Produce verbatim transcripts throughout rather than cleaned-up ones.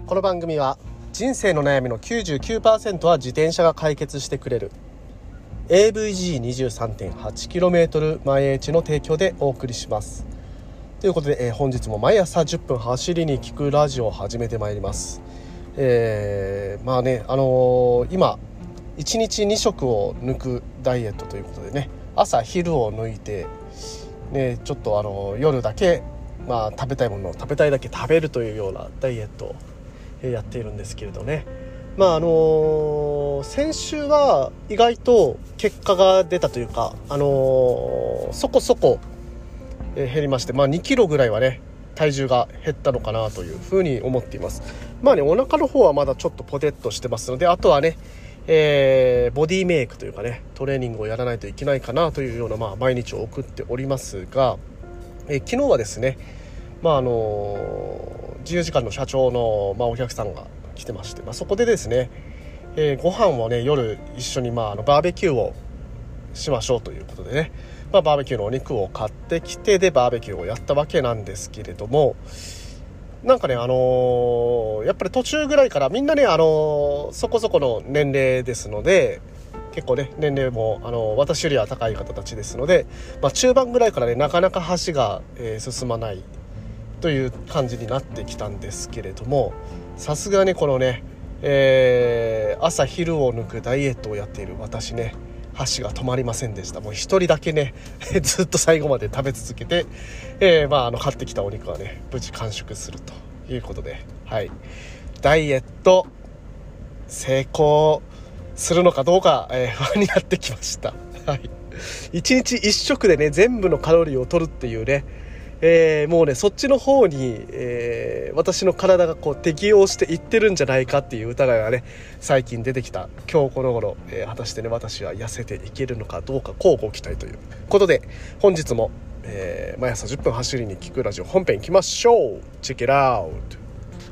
この番組は人生の悩みの きゅうじゅうきゅうパーセント は自転車が解決してくれる エーブイジーにじゅうさんてんはちキロメートル 毎日の提供でお送りします。ということで、えー、本日も毎朝じゅっぷん走りに聞くラジオを始めてまいります。えー、まあねあのー、今いちにちに食を抜くダイエットということでね、朝昼を抜いてね、ちょっとあの夜だけ、まあ、食べたいものを食べたいだけ食べるというようなダイエットをやっているんですけれどね。まああのー、先週は意外と結果が出たというか、あのー、そこそこ減りまして、まあ、にキロぐらいはね体重が減ったのかなというふうに思っています。まあね、お腹の方はまだちょっとポテッとしてますので、あとはねえー、ボディメイクというかねトレーニングをやらないといけないかなというような、まあ、毎日を送っておりますが、えー、昨日はですね、まああのー、自由時間の社長の、まあ、お客さんが来てまして、まあ、そこでですね、えー、ご飯をね夜一緒に、まあ、あのバーベキューをしましょうということでね、まあ、バーベキューのお肉を買ってきてでバーベキューをやったわけなんですけれども、なんかねあのー、やっぱり途中ぐらいからみんなね、あのー、そこそこの年齢ですので、結構ね年齢も、あのー、私よりは高い方たちですので、まあ、中盤ぐらいからねなかなか箸が、えー、進まないという感じになってきたんですけれども、さすがにこのね、えー、朝昼を抜くダイエットをやっている私ね、箸が止まりませんでした。もう一人だけねずっと最後まで食べ続けて、えー、まああの買ってきたお肉はね無事完食するということで、はいダイエット成功するのかどうか、えー、不安になってきました。はい一日一食でね全部のカロリーを取るっていうね、えー、もうねそっちの方に、えー、私の体がこう適応していってるんじゃないかっていう疑いがね最近出てきた今日この頃、えー、果たしてね私は痩せていけるのかどうか乞うご期待ということで、本日も、えー、毎朝じゅっぷん走りに聞くラジオ本編行きましょう。チェックイットアウト。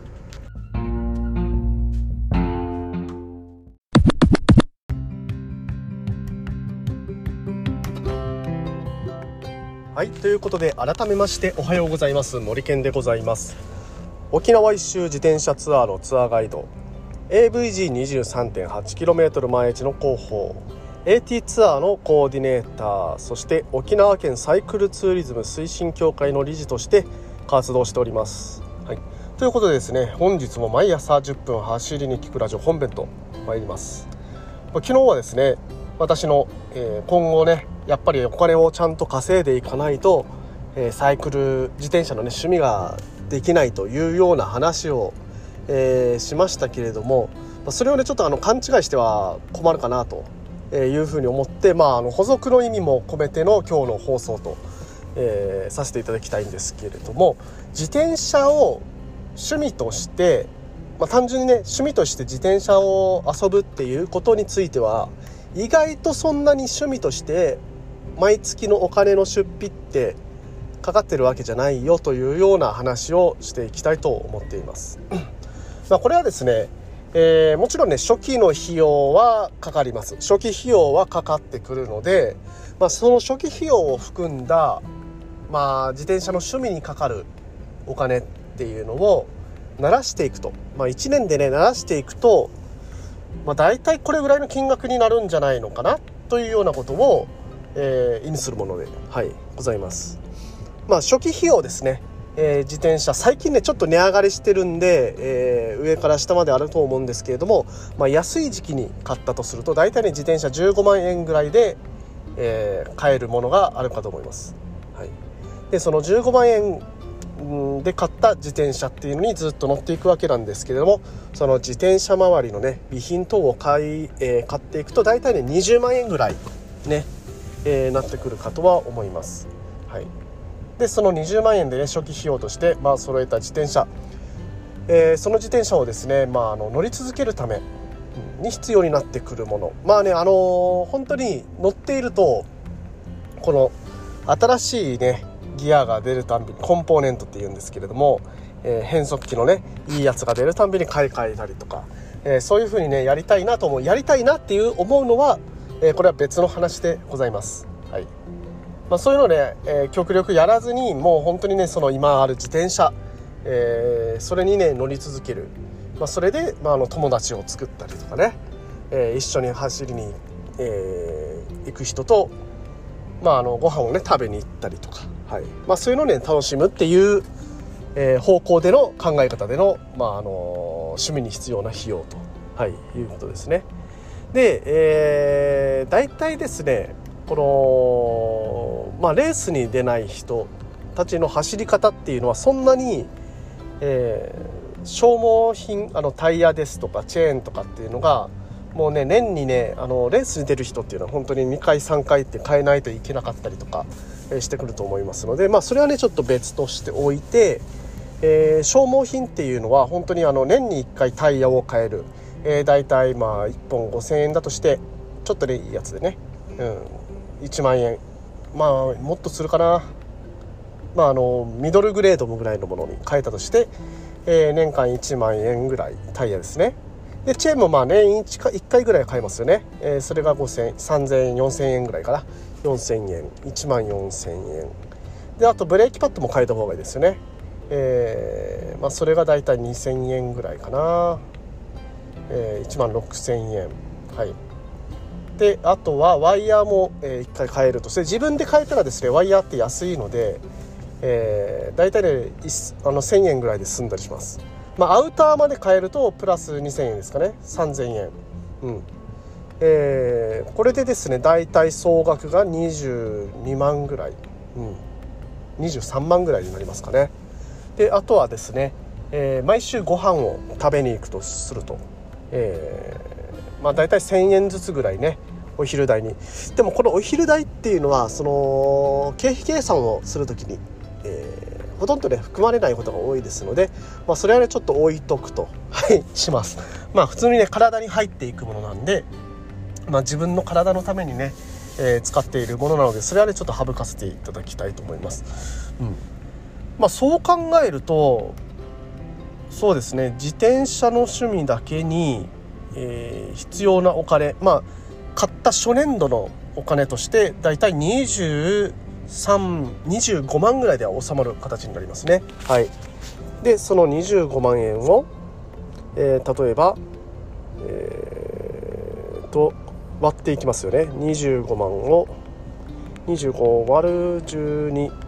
はい、ということで改めましておはようございます。森健でございます。沖縄一周自転車ツアーのツアーガイド エーブイジーにじゅうさんてんはちキロメートル 毎日の広報 エーティー ツアーのコーディネーター、そして沖縄県サイクルツーリズム推進協会の理事として活動しております。はい、ということでですね、本日も毎朝じゅっぷん走りに聞くラジオ本編と参ります。昨日はですね私の、えー、今後ねやっぱりお金をちゃんと稼いでいかないと、えー、サイクル自転車の、ね、趣味ができないというような話を、えー、しましたけれども、それをねちょっとあの勘違いしては困るかなというふうに思って、まあ、あの補足の意味も込めての今日の放送と、えー、させていただきたいんですけれども、自転車を趣味として、まあ、単純にね趣味として自転車を遊ぶっていうことについては意外とそんなに趣味として毎月のお金の出費ってかかってるわけじゃないよというような話をしていきたいと思っています。まあこれはですね、えー、もちろんね初期の費用はかかります。初期費用はかかってくるので、まあ、その初期費用を含んだ、まあ、自転車の趣味にかかるお金っていうのを慣らしていくと、まあ、いちねんでね慣らしていくと、まあ、大体これぐらいの金額になるんじゃないのかなというようなことを、えー、意味するもので、はい、ございます。まあ、初期費用ですね、えー、自転車最近ねちょっと値上がりしてるんで、えー、上から下まであると思うんですけれども、まあ、安い時期に買ったとすると大体ね自転車じゅうごまんえんぐらいで、えー、買えるものがあるかと思います。はい、でそのじゅうごまんえんで買った自転車っていうのにずっと乗っていくわけなんですけれども、その自転車周りのね備品等を買い、えー、買っていくと大体ねにじゅうまんえんぐらいね、えー、なってくるかとは思います。はい、でそのにじゅうまんえんでね初期費用として、まあ、揃えた自転車、えー、その自転車をですね、まあ、あの乗り続けるために必要になってくるもの、まあねあのー、本当に乗っているとこの新しいねギアが出るたんびにコンポーネントっていうんですけれども、えー、変速機のねいいやつが出るたんびに買い替えたりとか、えー、そういう風にねやりたいなと思うやりたいなっていう思うのは、えー、これは別の話でございます。はい、まあ、そういうので、えー、極力やらずにもう本当にねその今ある自転車、えー、それにね乗り続ける、 まあ、それで、まあ、あの友達を作ったりとかね、えー、一緒に走りに、えー、行く人と、まあ、あのご飯をね食べに行ったりとか、はいまあ、そういうのをね楽しむっていう、えー、方向での考え方での、まああの趣味に必要な費用と、はい、いうことですね。で、えー、大体ですねこの、まあ、レースに出ない人たちの走り方っていうのはそんなに、えー、消耗品あのタイヤですとかチェーンとかっていうのがもうね年にねあのレースに出る人っていうのは本当ににかいさんかいって変えないといけなかったりとか、えー、してくると思いますので、まあ、それはねちょっと別としておいて、えー、消耗品っていうのは本当にあの年にいっかいタイヤを変える、えー、だいたいまあいっぽんごせんえんだとしてちょっとねいいやつでね、うん、いちまんえんまあもっとするかな、まあ、あのミドルグレードぐらいのものに変えたとして、えー、年間いちまんえんぐらいタイヤですね。でチェーンもまあ年 1, かいっかいぐらい買えますよね、えー、それがごせんさんぜんえんよんせんえんぐらいかな、よんせんえんいちまんよんせんえんで、あとブレーキパッドも変えた方がいいですよね、えーまあ、それがだいたいにせんえんぐらいかな、えー、いちまんろくせんえん、はい。であとはワイヤーも、えー、いっかい変えるとして自分で変えたらですねワイヤーって安いので、えー、だいたいねあのせんえんぐらいで済んだりします。まあ、アウターまで変えるとプラスにせんえんですかね、さんぜんえん、うんえー、これでですねだいたい総額がにじゅうにまんぐらい、うん、にじゅうさんまんぐらいになりますかね。であとはですね、えー、毎週ご飯を食べに行くとすると、えーまあ、だいたいせんえんずつぐらいねお昼代に。でもこのお昼代っていうのはその経費計算をするときに、えーほとんどね含まれないことが多いですので、まあ、それはねちょっと置いとくと、はい、します。まあ普通にね体に入っていくものなんで、まあ、自分の体のためにね、えー、使っているものなのでそれはねちょっと省かせていただきたいと思います、うんまあ、そう考えるとそうですね自転車の趣味だけに、えー、必要なお金、まあ買った初年度のお金としてだいたいにじゅうさん、にじゅうごまんぐらいでは収まる形になりますね。はい。でそのにじゅうごまんえんを、えー、例えば、えー、と割っていきますよね。にじゅうごまんをにじゅうご割るじゅうに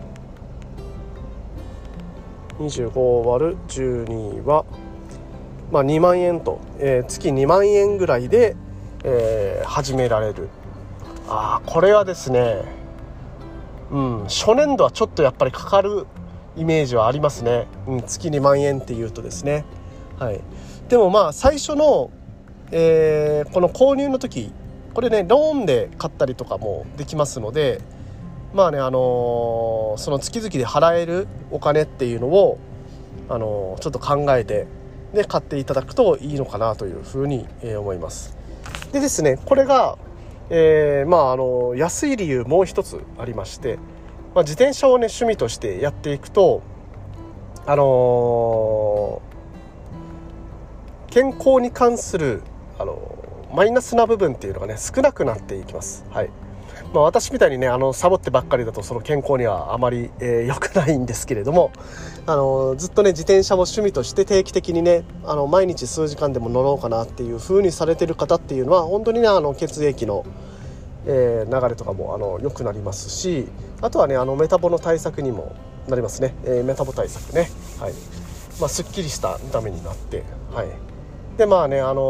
にじゅうご割るじゅうには、まあ、にまんえんと、えー、月にまんえんぐらいで、えー、始められる。あーこれはですねうん、初年度はちょっとやっぱりかかるイメージはありますね、うん、月にまんえんっていうとですね、はい、でもまあ最初の、えー、この購入の時これねローンで買ったりとかもできますのでまあねあのー、その月々で払えるお金っていうのを、あのー、ちょっと考えてで買っていただくといいのかなというふうに、えー、思います。でですねこれがえー、まああの安い理由もう一つありまして、まあ、自転車をね趣味としてやっていくとあのー、健康に関する、あのー、マイナスな部分っていうのがね少なくなっていきます。はい。まあ、私みたいにねあのサボってばっかりだとその健康にはあまり、えー、良くないんですけれども、あのー、ずっとね自転車を趣味として定期的にねあの毎日数時間でも乗ろうかなっていう風にされてる方っていうのは本当にねあの血液の、えー、流れとかもあの良くなりますし、あとはねあのメタボの対策にもなりますね、えー、メタボ対策ね、はい。まあ、すっきりした見た目になって、はい。でまあねあのー、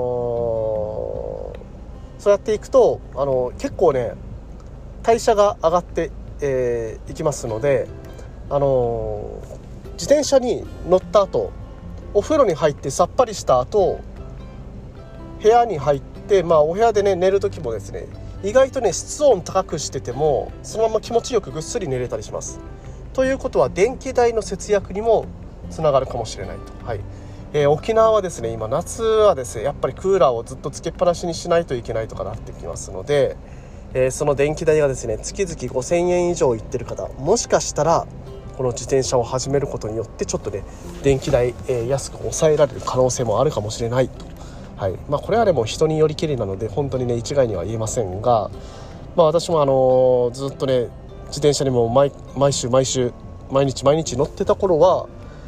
そうやっていくとあの結構ね代謝が上がって、えー、いきますので、あのー、自転車に乗った後お風呂に入ってさっぱりした後部屋に入って、まあ、お部屋でね寝る時もですね意外とね室温高くしててもそのまま気持ちよくぐっすり寝れたりします。ということは電気代の節約にもつながるかもしれないと、はい。えー、沖縄はですね今夏はですねやっぱりクーラーをずっとつけっぱなしにしないといけないとかなってきますので、えー、その電気代がですね月々ごせんえん以上いってる方もしかしたらこの自転車を始めることによってちょっとね電気代、えー、安く抑えられる可能性もあるかもしれないと、はい。まあ、これはねもう人によりけりなので本当にね一概には言えませんが、まあ、私もあのー、ずっとね自転車にも 毎, 毎週毎週毎日毎日乗ってた頃は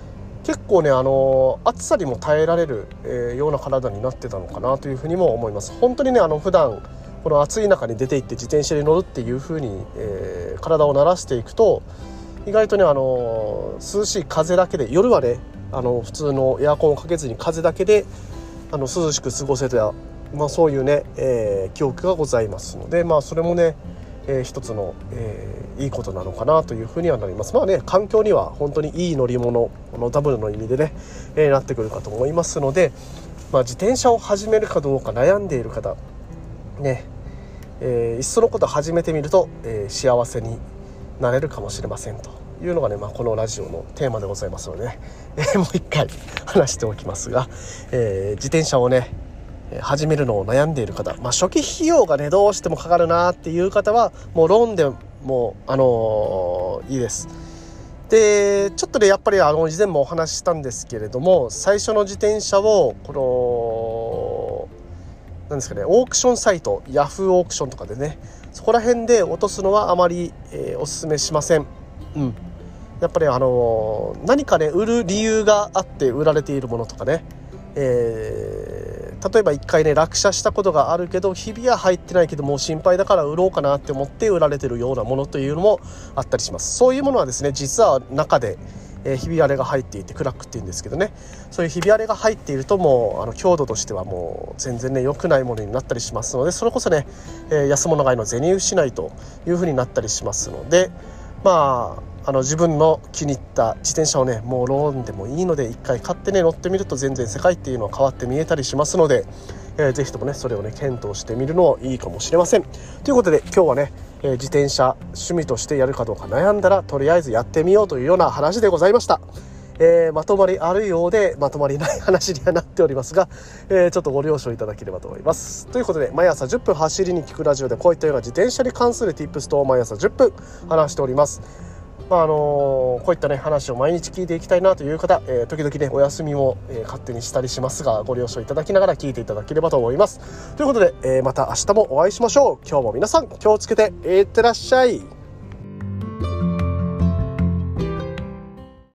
結構ねあの暑さにも耐えられる、えー、ような体になってたのかなというふうにも思います。本当にねあの普段この暑い中に出て行って自転車に乗るっていう風に、えー、体を慣らしていくと意外とねあの涼しい風だけで夜はねあの普通のエアコンをかけずに風だけであの涼しく過ごせた、まあ、そういうね、えー、記憶がございますので、まあ、それもね、えー、一つの、えー、いいことなのかなというふうにはなります。まあね環境には本当にいい乗り物のダブルの意味でね、えー、なってくるかと思いますので、まあ、自転車を始めるかどうか悩んでいる方ね、えー、いっそのこと始めてみると、えー、幸せになれるかもしれませんというのがね、まあ、このラジオのテーマでございますのでね、えー、もう一回話しておきますが、えー、自転車をね始めるのを悩んでいる方、まあ、初期費用がねどうしてもかかるなっていう方はもうローンでもあのー、いいです。でちょっとねやっぱりあの以前もお話ししたんですけれども、最初の自転車をこのなんですかねオークションサイトヤフーオークションとかでねそこら辺で落とすのはあまり、えー、お勧めしません。うん、やっぱりあのー、何かね売る理由があって売られているものとかね、えー例えば一回ね落車したことがあるけどひびは入ってないけどもう心配だから売ろうかなって思って売られてるようなものというのもあったりします。そういうものはですね実は中で、えー、ひび割れが入っていてクラックっていうんですけどね、そういうひび割れが入っているともうあの強度としてはもう全然ね良くないものになったりしますので、それこそね、えー、安物買いの銭失いという風になったりしますので、まああの自分の気に入った自転車をねもうローンでもいいので一回買ってね乗ってみると全然世界っていうのは変わって見えたりしますので、えー、ぜひともねそれをね検討してみるのもいいかもしれません。ということで今日はね、えー、自転車趣味としてやるかどうか悩んだらとりあえずやってみようというような話でございました。えー、まとまりあるようでまとまりない話にはなっておりますが、えー、ちょっとご了承いただければと思います。ということで毎朝じゅっぷん走りに聞くラジオでこういったような自転車に関する Tips と毎朝じゅっぷん話しております。まああのー、こういったね話を毎日聞いていきたいなという方、えー、時々ねお休みも、えー、勝手にしたりしますがご了承いただきながら聞いていただければと思います。ということで、えー、また明日もお会いしましょう。今日も皆さん気をつけていってらっしゃい。